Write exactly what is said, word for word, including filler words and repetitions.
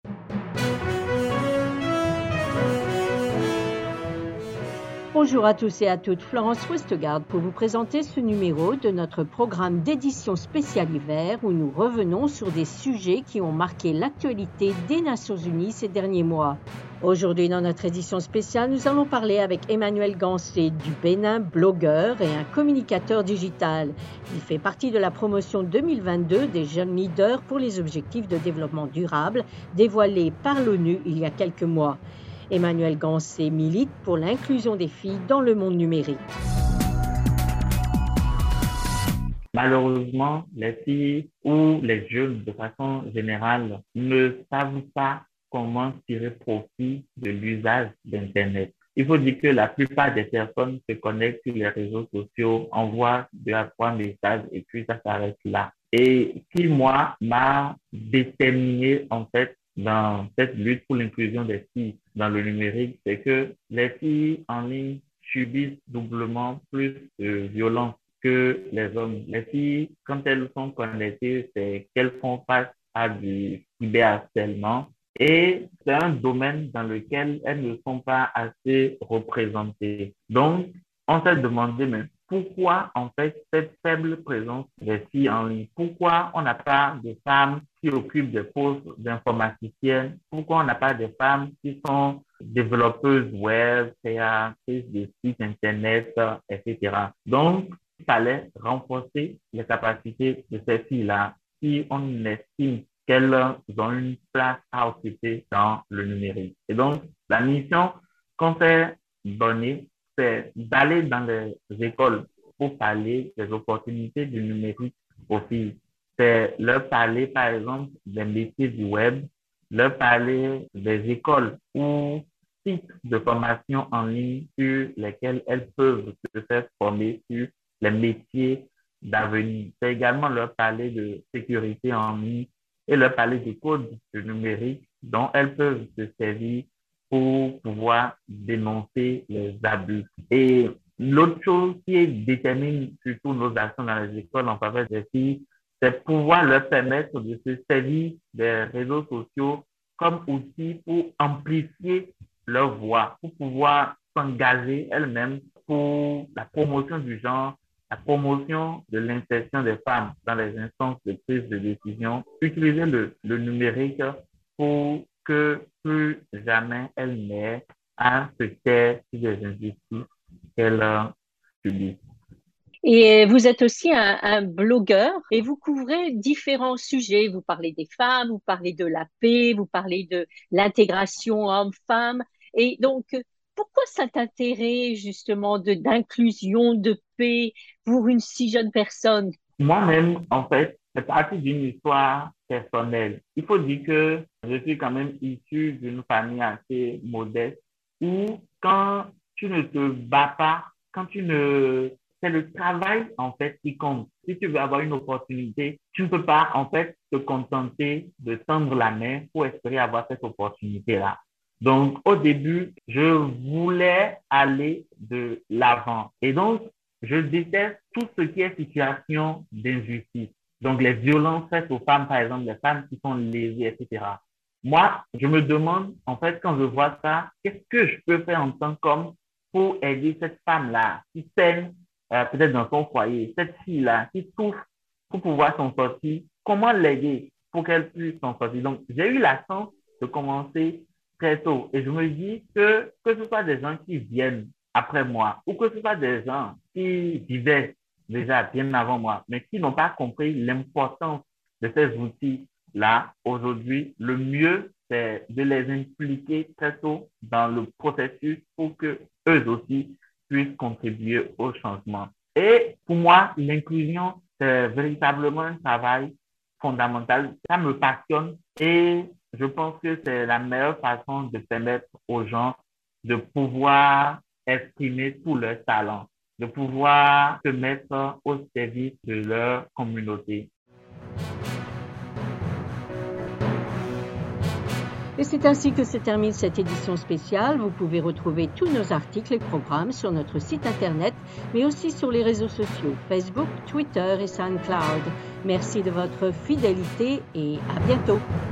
Bonjour à tous et à toutes, Florence Westgard pour vous présenter ce numéro de notre programme d'édition spéciale hiver où nous revenons sur des sujets qui ont marqué l'actualité des Nations Unies ces derniers mois. Aujourd'hui, dans notre édition spéciale, nous allons parler avec Emmanuel Gancé du Bénin, blogueur et un communicateur digital. Il fait partie de la promotion deux mille vingt-deux des jeunes leaders pour les objectifs de développement durable dévoilés par l'ONU il y a quelques mois. Emmanuel Gancé milite pour l'inclusion des filles dans le monde numérique. Malheureusement, les filles ou les jeunes, de façon générale, ne savent pas comment tirer profit de l'usage d'Internet. Il faut dire que la plupart des personnes se connectent sur les réseaux sociaux, envoient deux à trois messages et puis ça s'arrête là. Et ce qui, moi, m'a déterminé, en fait, dans cette lutte pour l'inclusion des filles dans le numérique, c'est que les filles en ligne subissent doublement plus de violence que les hommes. Les filles, quand elles sont connectées, c'est qu'elles font face à du cyberharcèlement et c'est un domaine dans lequel elles ne sont pas assez représentées. Donc, on s'est demandé, mais pourquoi, en fait, cette faible présence des filles en ligne? Pourquoi on n'a pas de femmes qui occupent des postes d'informaticiennes? Pourquoi on n'a pas de femmes qui sont développeuses web, créatrices de sites Internet, et cetera. Donc, il fallait renforcer les capacités de ces filles-là si on estime qu'elles ont une place à occuper dans le numérique. Et donc, la mission qu'on s'est donnée, c'est d'aller dans les écoles pour parler des opportunités du numérique aux filles. C'est leur parler, par exemple, des métiers du web, leur parler des écoles ou sites de formation en ligne sur lesquels elles peuvent se faire former sur les métiers d'avenir. C'est également leur parler de sécurité en ligne et leur parler du code du numérique dont elles peuvent se servir pour pouvoir dénoncer les abus. Et l'autre chose qui détermine surtout nos actions dans les écoles en faveur des filles, c'est pouvoir leur permettre de se servir des réseaux sociaux comme outil pour amplifier leur voix, pour pouvoir s'engager elles-mêmes pour la promotion du genre, la promotion de l'insertion des femmes dans les instances de prise de décision, utiliser le, le numérique pour que plus jamais elles n'aient à se taire sur des injustices qu'elles subissent. Et vous êtes aussi un, un blogueur et vous couvrez différents sujets. Vous parlez des femmes, vous parlez de la paix, vous parlez de l'intégration homme-femme. Et donc, pourquoi cet intérêt justement de, d'inclusion, de paix pour une si jeune personne? Moi-même, en fait, c'est parti d'une histoire personnelle. Il faut dire que je suis quand même issu d'une famille assez modeste où quand tu ne te bats pas, quand tu ne... C'est le travail, en fait, qui compte. Si tu veux avoir une opportunité, tu ne peux pas, en fait, te contenter de tendre la main pour espérer avoir cette opportunité-là. Donc, au début, je voulais aller de l'avant. Et donc, je déteste tout ce qui est situation d'injustice. Donc, les violences faites aux femmes, par exemple, les femmes qui sont lésées, et cetera. Moi, je me demande, en fait, quand je vois ça, qu'est-ce que je peux faire en tant qu'homme pour aider cette femme-là qui saigne euh, peut-être dans son foyer, cette fille-là qui souffre pour pouvoir s'en sortir, comment l'aider pour qu'elle puisse s'en sortir? Donc, j'ai eu la chance de commencer très tôt et je me dis que que ce soit des gens qui viennent après moi ou que ce soit des gens qui vivaient déjà bien avant moi, mais qui n'ont pas compris l'importance de ces outils-là, aujourd'hui, le mieux, c'est de les impliquer très tôt dans le processus pour que eux aussi puissent contribuer au changement. Et pour moi, l'inclusion, c'est véritablement un travail fondamental. Ça me passionne et je pense que c'est la meilleure façon de permettre aux gens de pouvoir exprimer tous leurs talents, de pouvoir se mettre au service de leur communauté. Et c'est ainsi que se termine cette édition spéciale. Vous pouvez retrouver tous nos articles et programmes sur notre site internet, mais aussi sur les réseaux sociaux, Facebook, Twitter et SoundCloud. Merci de votre fidélité et à bientôt.